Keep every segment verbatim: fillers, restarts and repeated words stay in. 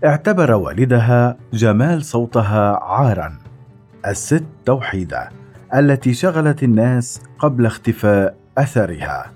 اعتبر والدها جمال صوتها عاراً. الست توحيدة التي شغلت الناس قبل اختفاء أثرها.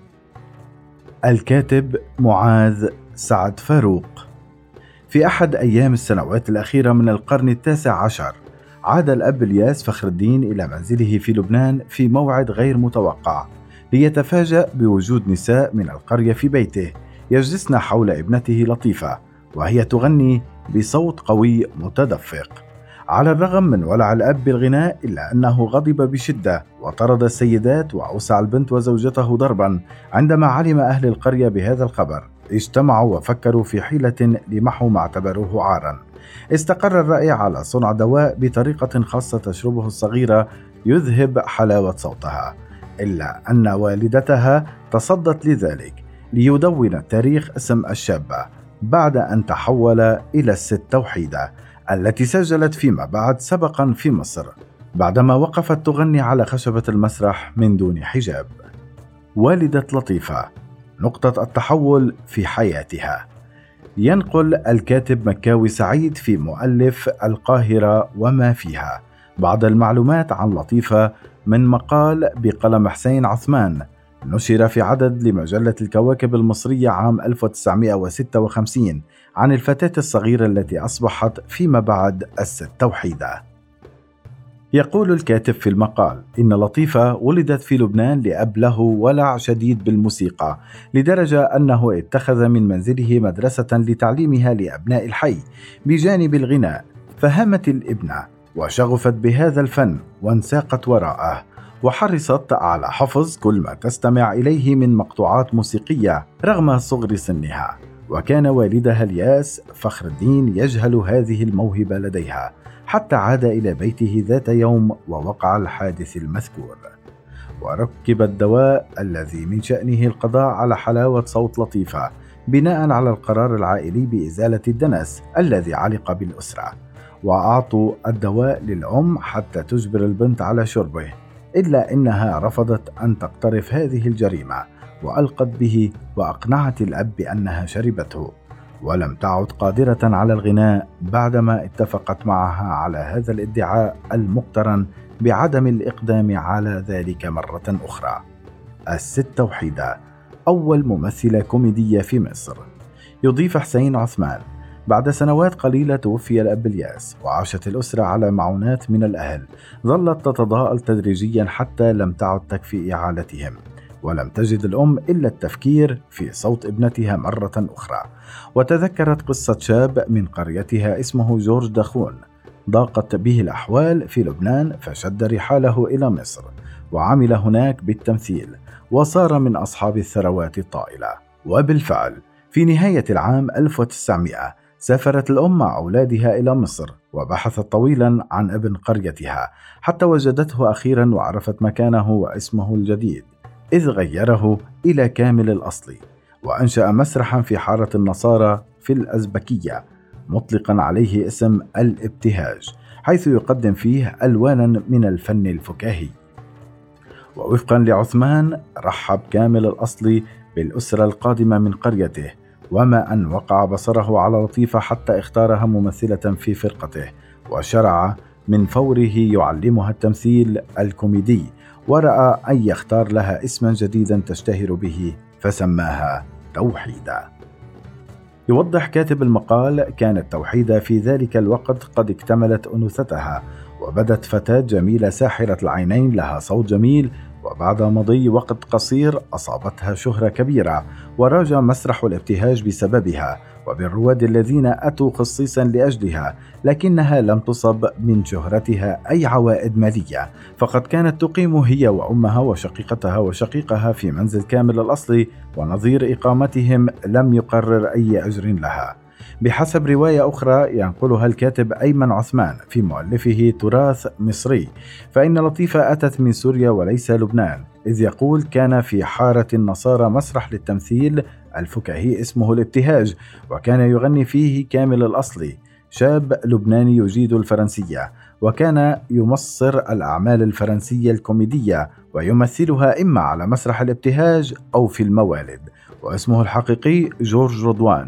الكاتب معاذ سعد فاروق. في أحد أيام السنوات الأخيرة من القرن التاسع عشر، عاد الأب إلياس فخر الدين إلى منزله في لبنان في موعد غير متوقع، ليتفاجأ بوجود نساء من القرية في بيته يجلسن حول ابنته لطيفة وهي تغني بصوت قوي متدفق. على الرغم من ولع الأب بالغناء إلا أنه غضب بشدة وطرد السيدات وأوسع البنت وزوجته ضربا. عندما علم أهل القرية بهذا الخبر اجتمعوا وفكروا في حيلة لمحو ما اعتبروه عارا. استقر الرأي على صنع دواء بطريقة خاصة تشربه الصغيرة يذهب حلاوة صوتها، إلا أن والدتها تصدت لذلك ليدون التاريخ اسم الشابة بعد أن تحول إلى الست توحيدة التي سجلت فيما بعد سبقا في مصر بعدما وقفت تغني على خشبة المسرح من دون حجاب. والدة لطيفة، نقطة التحول في حياتها. ينقل الكاتب مكاوي سعيد في مؤلف القاهرة وما فيها بعض المعلومات عن لطيفة من مقال بقلم حسين عثمان نشر في عدد لمجلة الكواكب المصرية عام ألف وتسعمائة وستة وخمسين عن الفتاة الصغيرة التي أصبحت فيما بعد الست توحيدة. يقول الكاتب في المقال إن لطيفة ولدت في لبنان لأب له ولع شديد بالموسيقى، لدرجة أنه اتخذ من منزله مدرسة لتعليمها لأبناء الحي بجانب الغناء. فهمت الابنة وشغفت بهذا الفن وانساقت وراءه، وحرصت على حفظ كل ما تستمع إليه من مقطوعات موسيقية رغم صغر سنها. وكان والدها الياس فخر الدين يجهل هذه الموهبة لديها حتى عاد إلى بيته ذات يوم ووقع الحادث المذكور، وركب الدواء الذي من شأنه القضاء على حلاوة صوت لطيفة بناء على القرار العائلي بإزالة الدنس الذي علق بالأسرة. وأعطوا الدواء للأم حتى تجبر البنت على شربه، إلا إنها رفضت أن تقترف هذه الجريمة وألقت به، وأقنعت الأب بأنها شربته، ولم تعد قادرة على الغناء بعدما اتفقت معها على هذا الادعاء المقترن بعدم الإقدام على ذلك مرة أخرى. الست توحيدة أول ممثلة كوميدية في مصر. يضيف حسين عثمان: بعد سنوات قليلة توفي الأب إلياس وعاشت الأسرة على معونات من الأهل، ظلت تتضاءل تدريجيا حتى لم تعد تكفي إعالتهم، ولم تجد الأم إلا التفكير في صوت ابنتها مرة أخرى. وتذكرت قصة شاب من قريتها اسمه جورج دخون ضاقت به الأحوال في لبنان فشد رحاله إلى مصر وعمل هناك بالتمثيل وصار من أصحاب الثروات الطائلة. وبالفعل في نهاية العام ألف وتسعمائة سافرت الأم مع أولادها إلى مصر وبحثت طويلا عن ابن قريتها حتى وجدته أخيرا وعرفت مكانه واسمه الجديد، إذ غيره إلى كامل الأصلي وأنشأ مسرحا في حارة النصارى في الأزبكية مطلقا عليه اسم الابتهاج، حيث يقدم فيه ألوانا من الفن الفكاهي. ووفقا لعثمان رحب كامل الأصلي بالأسرة القادمة من قريته، وما أن وقع بصره على لطيفة حتى اختارها ممثلة في فرقته، وشرع من فوره يعلمها التمثيل الكوميدي، ورأى أن يختار لها اسما جديدا تشتهر به فسماها توحيدة. يوضح كاتب المقال: كانت توحيدة في ذلك الوقت قد اكتملت أنوثتها وبدت فتاة جميلة ساحرة العينين لها صوت جميل، وبعد مضي وقت قصير أصابتها شهرة كبيرة وراج مسرح الابتهاج بسببها وبالرواد الذين أتوا خصيصا لأجلها، لكنها لم تصب من شهرتها أي عوائد مالية، فقد كانت تقيم هي وأمها وشقيقتها وشقيقها في منزل كامل الأصلي، ونظير إقامتهم لم يقرر أي أجر لها. بحسب رواية أخرى ينقلها الكاتب أيمن عثمان في مؤلفه تراث مصري، فإن لطيفة أتت من سوريا وليس لبنان، إذ يقول: كان في حارة النصارى مسرح للتمثيل الفكاهي اسمه الابتهاج، وكان يغني فيه كامل الأصلي، شاب لبناني يجيد الفرنسية، وكان يمصر الأعمال الفرنسية الكوميدية ويمثلها إما على مسرح الابتهاج أو في الموالد، واسمه الحقيقي جورج رضوان،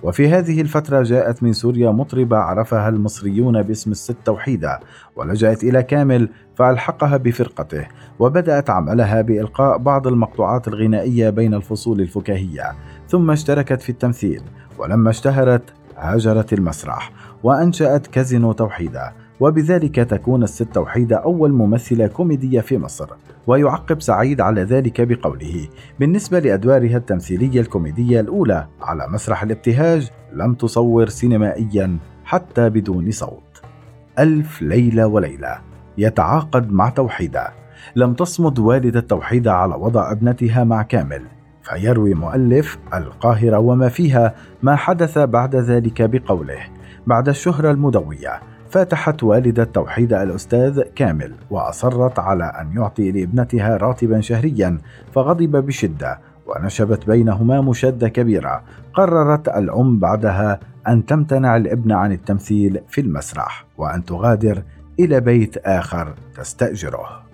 وفي هذه الفترة جاءت من سوريا مطربة عرفها المصريون باسم الست توحيدة، ولجأت إلى كامل فألحقها بفرقته، وبدأت عملها بإلقاء بعض المقطوعات الغنائية بين الفصول الفكاهية، ثم اشتركت في التمثيل، ولما اشتهرت هاجرت المسرح وأنشأت كازينو توحيدة، وبذلك تكون الست توحيدة أول ممثلة كوميدية في مصر. ويعقب سعيد على ذلك بقوله: بالنسبة لأدوارها التمثيلية الكوميدية الأولى على مسرح الابتهاج لم تصور سينمائيا حتى بدون صوت. ألف ليلة وليلة يتعاقد مع توحيدة. لم تصمد والدة توحيدة على وضع ابنتها مع كامل، فيروي مؤلف القاهرة وما فيها ما حدث بعد ذلك بقوله: بعد الشهرة المدوية فاتحت والدة توحيدة الأستاذ كامل وأصرت على أن يعطي لابنتها راتبا شهريا، فغضب بشدة ونشبت بينهما مشادة كبيرة. قررت الأم بعدها أن تمتنع الابن عن التمثيل في المسرح وأن تغادر إلى بيت آخر تستأجره.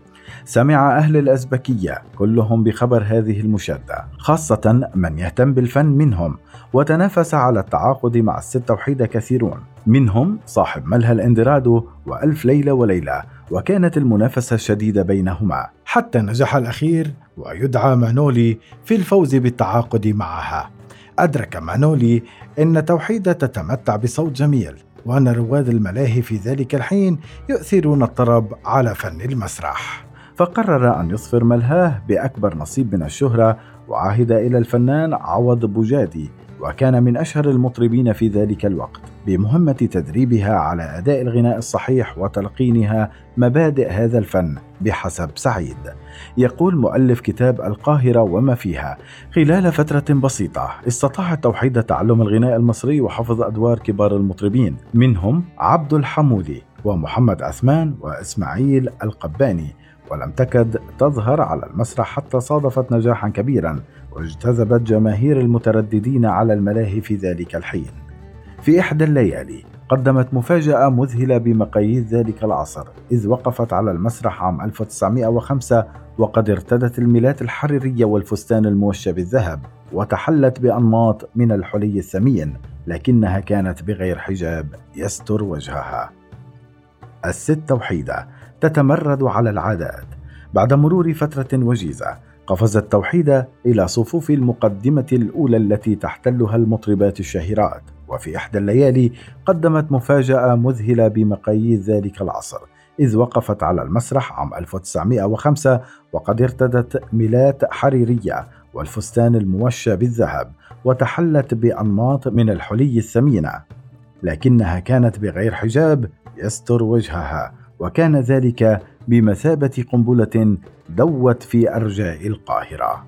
سمع أهل الأزبكية كلهم بخبر هذه المشادة، خاصة من يهتم بالفن منهم، وتنافس على التعاقد مع الست توحيدة كثيرون، منهم صاحب ملهى الاندرادو وألف ليلة وليلة، وكانت المنافسة شديدة بينهما حتى نجح الأخير ويدعى مانولي في الفوز بالتعاقد معها. أدرك مانولي أن توحيدة تتمتع بصوت جميل، وأن رواد الملاهي في ذلك الحين يؤثرون الطرب على فن المسرح، فقرر أن يصفر ملهاه بأكبر نصيب من الشهرة، وعهد إلى الفنان عوض بوجادي، وكان من أشهر المطربين في ذلك الوقت، بمهمة تدريبها على أداء الغناء الصحيح وتلقينها مبادئ هذا الفن بحسب سعيد. يقول مؤلف كتاب القاهرة وما فيها: خلال فترة بسيطة استطاعت توحيدة تعلم الغناء المصري وحفظ أدوار كبار المطربين، منهم عبد الحمولي ومحمد عثمان وإسماعيل القباني، ولم تكد تظهر على المسرح حتى صادفت نجاحا كبيرا واجتذبت جماهير المترددين على الملاهي في ذلك الحين. في إحدى الليالي قدمت مفاجأة مذهلة بمقاييس ذلك العصر، إذ وقفت على المسرح عام ألف وتسعمائة وخمسة وقد ارتدت الميلات الحريرية والفستان الموشى بالذهب، وتحلت بأنماط من الحلي الثمين، لكنها كانت بغير حجاب يستر وجهها. الست توحيدة تتمرد على العادات. بعد مرور فترة وجيزة قفزت توحيدة إلى صفوف المقدمة الأولى التي تحتلها المطربات الشهيرات، وفي إحدى الليالي قدمت مفاجأة مذهلة بمقاييس ذلك العصر، إذ وقفت على المسرح عام ألف وتسعمائة وخمسة وقد ارتدت ميلات حريرية والفستان الموشى بالذهب، وتحلت بأنماط من الحلي الثمينة، لكنها كانت بغير حجاب يستر وجهها، وكان ذلك بمثابة قنبلة دوت في أرجاء القاهرة.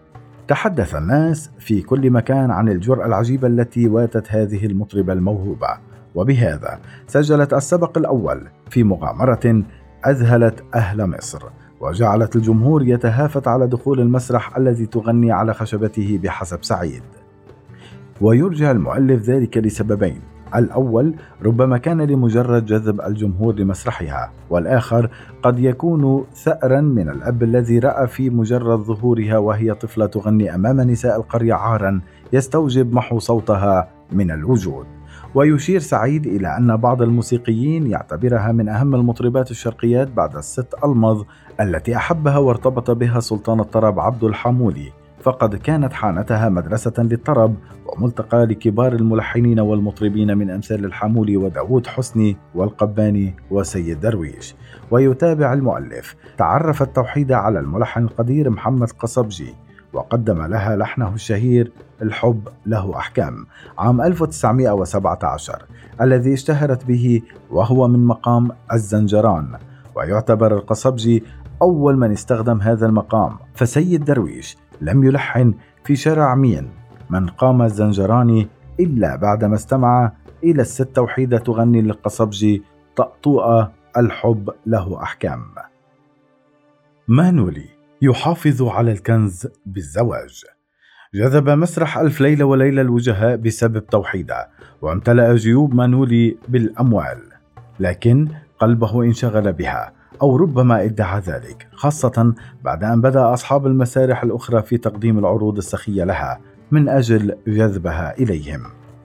تحدث الناس في كل مكان عن الجرأة العجيبة التي واتت هذه المطربة الموهوبة، وبهذا سجلت السبق الأول في مغامرة أذهلت أهل مصر، وجعلت الجمهور يتهافت على دخول المسرح الذي تغني على خشبته بحسب سعيد. ويرجع المؤلف ذلك لسببين: الأول ربما كان لمجرد جذب الجمهور لمسرحها، والآخر قد يكون ثأرا من الأب الذي رأى في مجرد ظهورها وهي طفلة تغني أمام نساء القرية عارا يستوجب محو صوتها من الوجود. ويشير سعيد إلى أن بعض الموسيقيين يعتبرها من أهم المطربات الشرقيات بعد الست ألمظ التي أحبها وارتبط بها سلطان الطرب عبد الحمولي، فقد كانت حانتها مدرسة للطرب وملتقى لكبار الملحنين والمطربين من أمثال الحمولي وداود حسني والقباني وسيد درويش. ويتابع المؤلف: تعرفت توحيدة على الملحن القدير محمد قصبجي، وقدم لها لحنه الشهير الحب له أحكام عام ألف وتسعمائة وسبعة عشر الذي اشتهرت به، وهو من مقام الزنجران، ويعتبر القصبجي أول من استخدم هذا المقام، فسيد درويش لم يلحن في شارع مين من قام الزنجراني إلا بعدما استمع إلى الست توحيدة تغني للقصبجي طأطوءة الحب له أحكام. مانولي يحافظ على الكنز بالزواج. جذب مسرح ألف ليلة وليلة الوجهاء بسبب توحيدة، وامتلأ جيوب مانولي بالأموال، لكن قلبه انشغل بها، أو ربما ادعى ذلك، خاصة بعد أن بدأ أصحاب المسارح الأخرى في تقديم العروض السخية لها، من أجل جذبها إليهم.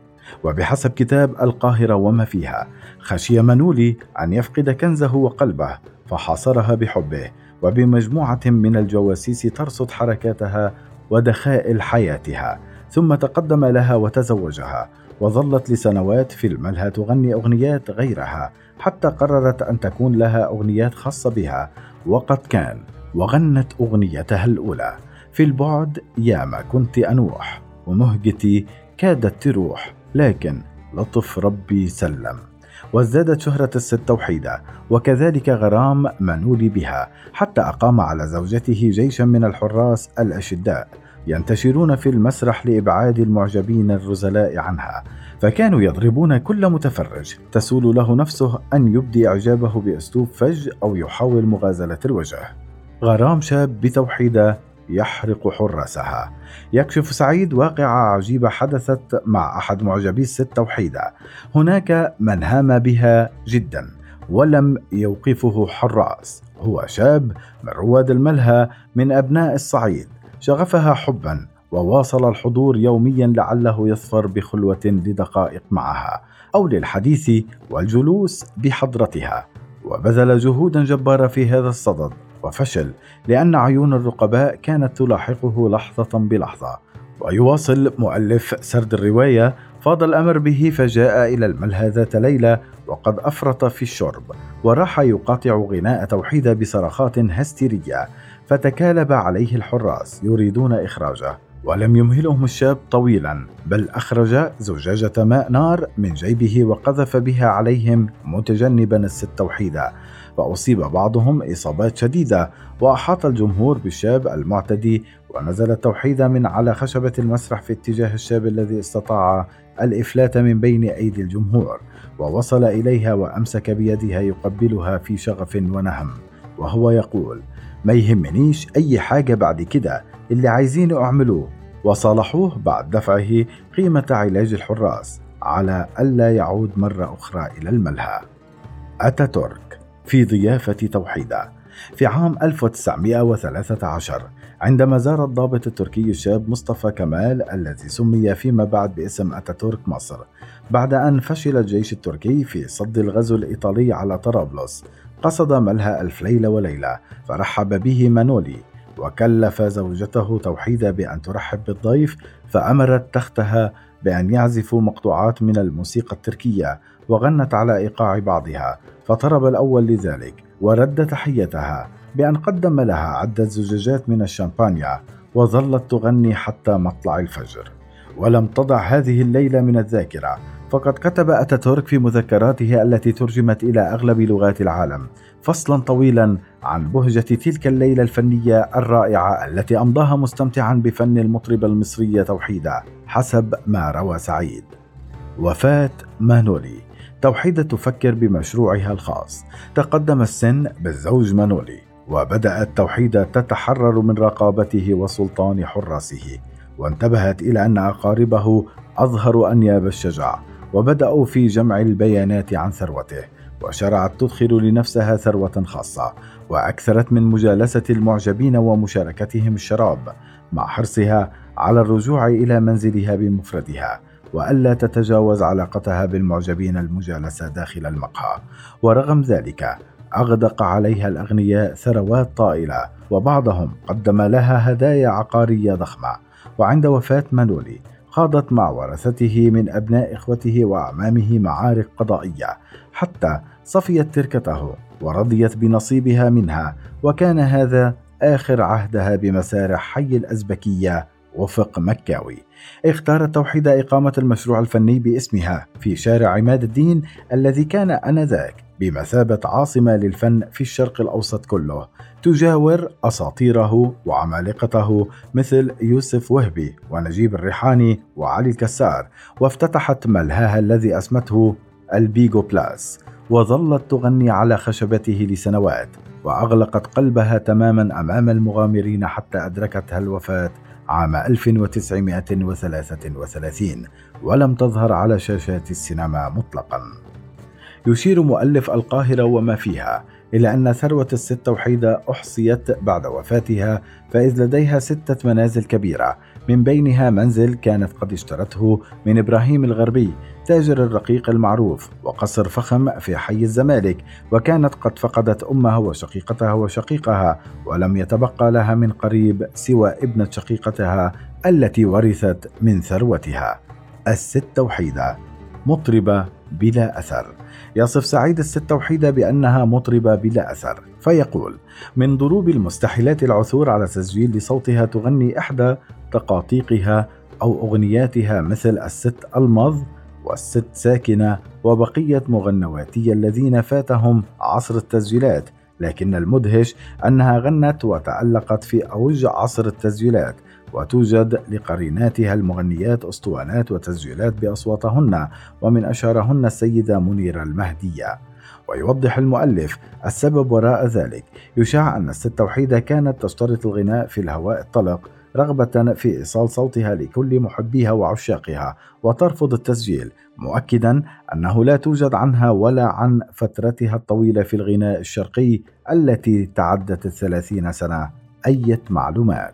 وبحسب كتاب القاهرة وما فيها، خشي منولي أن يفقد كنزه وقلبه، فحاصرها بحبه وبمجموعة من الجواسيس ترصد حركاتها ودخائل حياتها، ثم تقدم لها وتزوجها، وظلت لسنوات في الملهى تغني أغنيات غيرها، حتى قررت أن تكون لها أغنيات خاصة بها، وقد كان، وغنت أغنيتها الأولى: في البعد ياما كنت أنوح، ومهجتي كادت تروح، لكن لطف ربي سلم. وازدادت شهرة الست توحيدة وكذلك غرام منولي بها، حتى أقام على زوجته جيشا من الحراس الأشداء ينتشرون في المسرح لإبعاد المعجبين الرزلاء عنها، فكانوا يضربون كل متفرج تسول له نفسه أن يبدي إعجابه بأسلوب فج أو يحاول مغازلة الوجه. غرام شاب بتوحيدة يحرق حراسها. يكشف سعيد واقعة عجيبة حدثت مع أحد معجبي الست توحيدة. هناك من هام بها جدا ولم يوقفه حراس، هو شاب من رواد الملهى من أبناء الصعيد، شغفها حبا وواصل الحضور يوميا لعله يظفر بخلوة لدقائق معها أو للحديث والجلوس بحضرتها، وبذل جهودا جبارة في هذا الصدد وفشل لأن عيون الرقباء كانت تلاحقه لحظة بلحظة. ويواصل مؤلف سرد الرواية: فاض الأمر به فجاء إلى الملهى ذات ليلة وقد أفرط في الشرب، وراح يقاطع غناء توحيدة بصرخات هستيرية، فتكالب عليه الحراس يريدون إخراجه، ولم يمهلهم الشاب طويلا، بل أخرج زجاجة ماء نار من جيبه وقذف بها عليهم متجنبا الست توحيدة، فأصيب بعضهم إصابات شديدة، وأحاط الجمهور بالشاب المعتدي، ونزل توحيدة من على خشبة المسرح في اتجاه الشاب الذي استطاع الإفلات من بين أيدي الجمهور، ووصل إليها وأمسك بيدها يقبلها في شغف ونهم، وهو يقول: ما يهمنيش أي حاجة بعد كده، اللي عايزين أعملوه. وصالحوه بعد دفعه قيمة علاج الحراس على ألا يعود مرة أخرى إلى الملهى. أتاتورك في ضيافة توحيدة. في عام ألف وتسعمائة وثلاثة عشر، عندما زار الضابط التركي الشاب مصطفى كمال الذي سمي فيما بعد باسم أتاتورك مصر، بعد أن فشل الجيش التركي في صد الغزو الإيطالي على طرابلس، قصد ملهى ألف ليلة وليلة، فرحب به منولي، وكلف زوجته توحيدة بأن ترحب بالضيف، فأمرت تختها بأن يعزفوا مقطوعات من الموسيقى التركية، وغنت على إيقاع بعضها، فطرب الأول لذلك ورد تحيتها بأن قدم لها عدة زجاجات من الشامبانيا، وظلت تغني حتى مطلع الفجر. ولم تضع هذه الليلة من الذاكرة، فقد كتب أتاتورك في مذكراته التي ترجمت إلى أغلب لغات العالم فصلا طويلا عن بهجة تلك الليلة الفنية الرائعة التي أمضاها مستمتعا بفن المطربة المصرية توحيدة، حسب ما روى سعيد. وفاة مانولي. توحيدة تفكر بمشروعها الخاص، تقدم السن بالزوج مانولي، وبدأت توحيدة تتحرر من رقابته وسلطان حراسه، وانتبهت إلى أن أقاربه أظهروا أنياب الشجاع، وبدأوا في جمع البيانات عن ثروته، وشرعت تدخل لنفسها ثروة خاصة، وأكثرت من مجالسة المعجبين ومشاركتهم الشراب، مع حرصها على الرجوع إلى منزلها بمفردها، وألا تتجاوز علاقتها بالمعجبين المجالسة داخل المقهى. ورغم ذلك أغدق عليها الأغنياء ثروات طائلة، وبعضهم قدم لها هدايا عقارية ضخمة. وعند وفاة مانولي خاضت مع ورثته من أبناء إخوته وأعمامه معارك قضائية، حتى صفيت تركته ورضيت بنصيبها منها، وكان هذا آخر عهدها بمسارح حي الأزبكية وفق مكاوي. اختارت توحيدة إقامة المشروع الفني باسمها في شارع عماد الدين الذي كان آنذاك بمثابة عاصمة للفن في الشرق الأوسط كله، تجاور أساطيره وعمالقته مثل يوسف وهبي ونجيب الريحاني وعلي الكسار، وافتتحت ملهاها الذي أسمته البيغو بلاس، وظلت تغني على خشبته لسنوات، وأغلقت قلبها تماما أمام المغامرين حتى أدركتها الوفاة عام ألف وتسعمائة وثلاثة وثلاثين، ولم تظهر على شاشات السينما مطلقا. يشير مؤلف القاهرة وما فيها إلى أن ثروة الست توحيدة أحصيت بعد وفاتها، فإذ لديها ستة منازل كبيرة من بينها منزل كانت قد اشترته من إبراهيم الغربي تاجر الرقيق المعروف، وقصر فخم في حي الزمالك، وكانت قد فقدت أمها وشقيقتها وشقيقها، ولم يتبقى لها من قريب سوى ابنة شقيقتها التي ورثت من ثروتها. الست توحيدة مطربة بلا أثر. يصف سعيد الست توحيدة بأنها مطربة بلا أثر، فيقول: من ضروب المستحيلات العثور على تسجيل لصوتها تغني إحدى تقاطيقها أو أغنياتها مثل الست المظ والست ساكنة وبقية مغنواتي الذين فاتهم عصر التسجيلات، لكن المدهش أنها غنت وتألقت في أوج عصر التسجيلات، وتوجد لقريناتها المغنيات أسطوانات وتسجيلات بأصواتهن، ومن أشهرهن السيدة منيرة المهدية. ويوضح المؤلف السبب وراء ذلك. يشاع أن الست توحيدة كانت تشترط الغناء في الهواء الطلق رغبة في إيصال صوتها لكل محبيها وعشاقها، وترفض التسجيل، مؤكدا أنه لا توجد عنها ولا عن فترتها الطويلة في الغناء الشرقي التي تعدت الثلاثين سنة أي معلومات.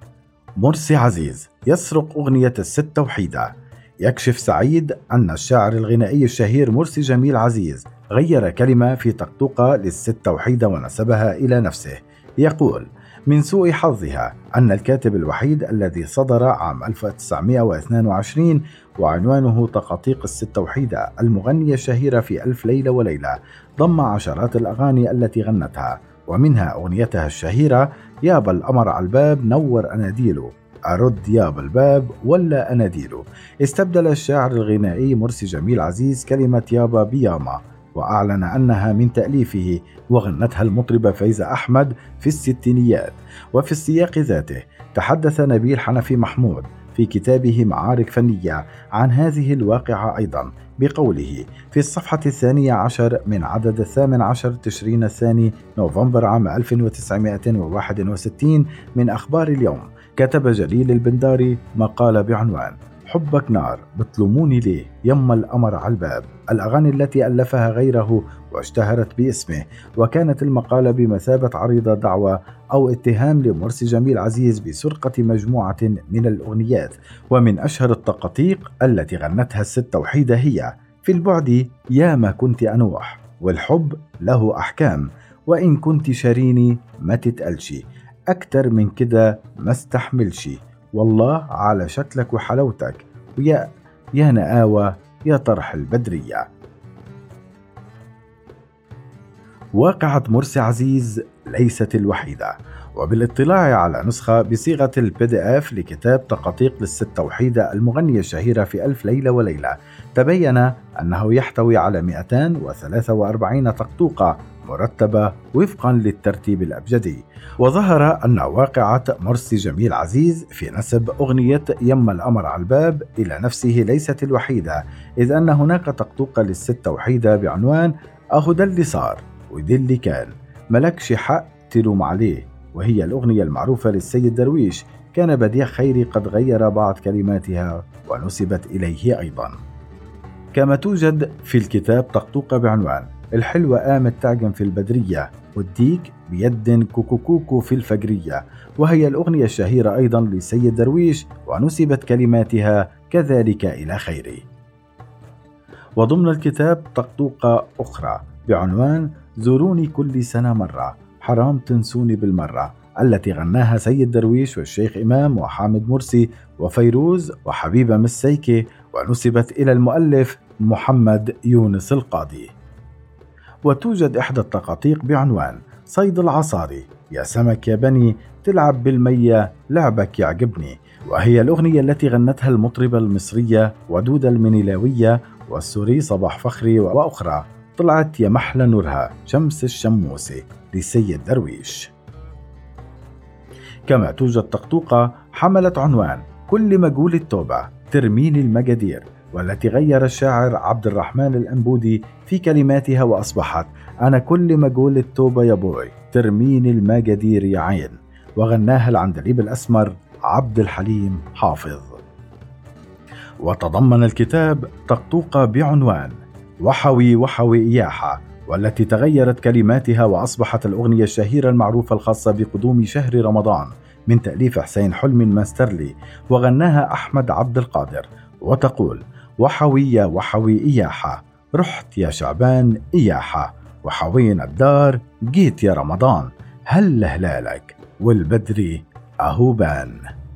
مرسي عزيز يسرق أغنية الست توحيدة. يكشف سعيد أن الشاعر الغنائي الشهير مرسي جميل عزيز غير كلمة في طقطوقة للست توحيدة ونسبها إلى نفسه. يقول: من سوء حظها أن الكاتب الوحيد الذي صدر عام ألف وتسعمائة واثنين وعشرين وعنوانه طقاطيق الست توحيدة المغنية الشهيرة في ألف ليلة وليلة ضم عشرات الأغاني التي غنتها، ومنها أغنيتها الشهيرة يابا القمر على الباب نور أناديله، أرد يابا الباب ولا أناديله. استبدل الشاعر الغنائي مرسي جميل عزيز كلمة يابا بياما، وأعلن أنها من تأليفه، وغنتها المطربة فايزة أحمد في الستينيات. وفي السياق ذاته تحدث نبيل حنفي محمود في كتابه معارك فنية عن هذه الواقعة أيضا بقوله: في الصفحة الثانية عشر من عدد الثامن عشر تشرين الثاني نوفمبر عام ألف وتسعمائة وواحد وستين من أخبار اليوم، كتب جليل البنداري مقال بعنوان حبك نار بتلوموني ليه يما القمر على الباب، الأغاني التي ألفها غيره واشتهرت باسمه. وكانت المقالة بمثابة عريضة دعوة أو اتهام لمرسي جميل عزيز بسرقة مجموعة من الأغنيات، ومن أشهر التقاطيق التي غنتها الست توحيدة هي: في البعد يا ما كنت أنوح، والحب له أحكام، وإن كنت شاريني ما تتقلشي، أكتر من كده ما استحملش، والله على شكلك وحلاوتك، ويا يا نقاوة يا طرح البدرية. واقعة مرسي عزيز ليست الوحيدة. وبالاطلاع على نسخة بصيغة البي دي اف لكتاب تقاطيق للست توحيدة المغنية الشهيرة في ألف ليلة وليلة، تبين أنه يحتوي على مئتين وثلاثة وأربعين تقطوقة مرتبة وفقا للترتيب الأبجدي. وظهر أن واقعة مرسي جميل عزيز في نسب أغنية يما القمر على الباب إلى نفسه ليست الوحيدة، إذ أن هناك تقطوقة للست توحيدة بعنوان أهو ده اللي صار وده اللي كان ملكش حق تلوم عليه، وهي الأغنية المعروفة للسيد درويش. كان بديع خيري قد غير بعض كلماتها ونسبت إليه أيضا. كما توجد في الكتاب تقطوقة بعنوان الحلوة قامت تعجن في البدرية والديك بيد كوكوكوكو في الفجرية، وهي الأغنية الشهيرة أيضا للسيد درويش ونسبت كلماتها كذلك إلى خيري. وضمن الكتاب تقطوقة أخرى بعنوان زوروني كل سنة مرة حرام تنسوني بالمرة، التي غناها سيد درويش والشيخ إمام وحامد مرسي وفيروز وحبيبة مسيكي، ونسبت إلى المؤلف محمد يونس القاضي. وتوجد إحدى التقاطيق بعنوان صيد العصاري يا سمك يا بني تلعب بالمية لعبك يعجبني، وهي الأغنية التي غنتها المطربة المصرية ودودة المنيلاوية والسوري صباح فخري وأخرى. طلعت يا محلى نورها شمس الشموسي لسيد درويش. كما توجد تقطوقة حملت عنوان كل مجهول التوبة ترميني المجادير، والتي غير الشاعر عبد الرحمن الأنبودي في كلماتها وأصبحت أنا كل مجهول التوبة يا بوي ترميني المجادير يا عين، وغناها العندليب الأسمر عبد الحليم حافظ. وتضمن الكتاب تقطوقة بعنوان وحوي وحوي إياحة، والتي تغيرت كلماتها وأصبحت الأغنية الشهيرة المعروفة الخاصة بقدوم شهر رمضان من تأليف حسين حلمي الماسترلي، وغناها أحمد عبد القادر، وتقول: وحوي يا وحوي إياحة، رحت يا شعبان إياحة، وحوينا الدار جيت يا رمضان، هل هلالك والبدري أهوبان.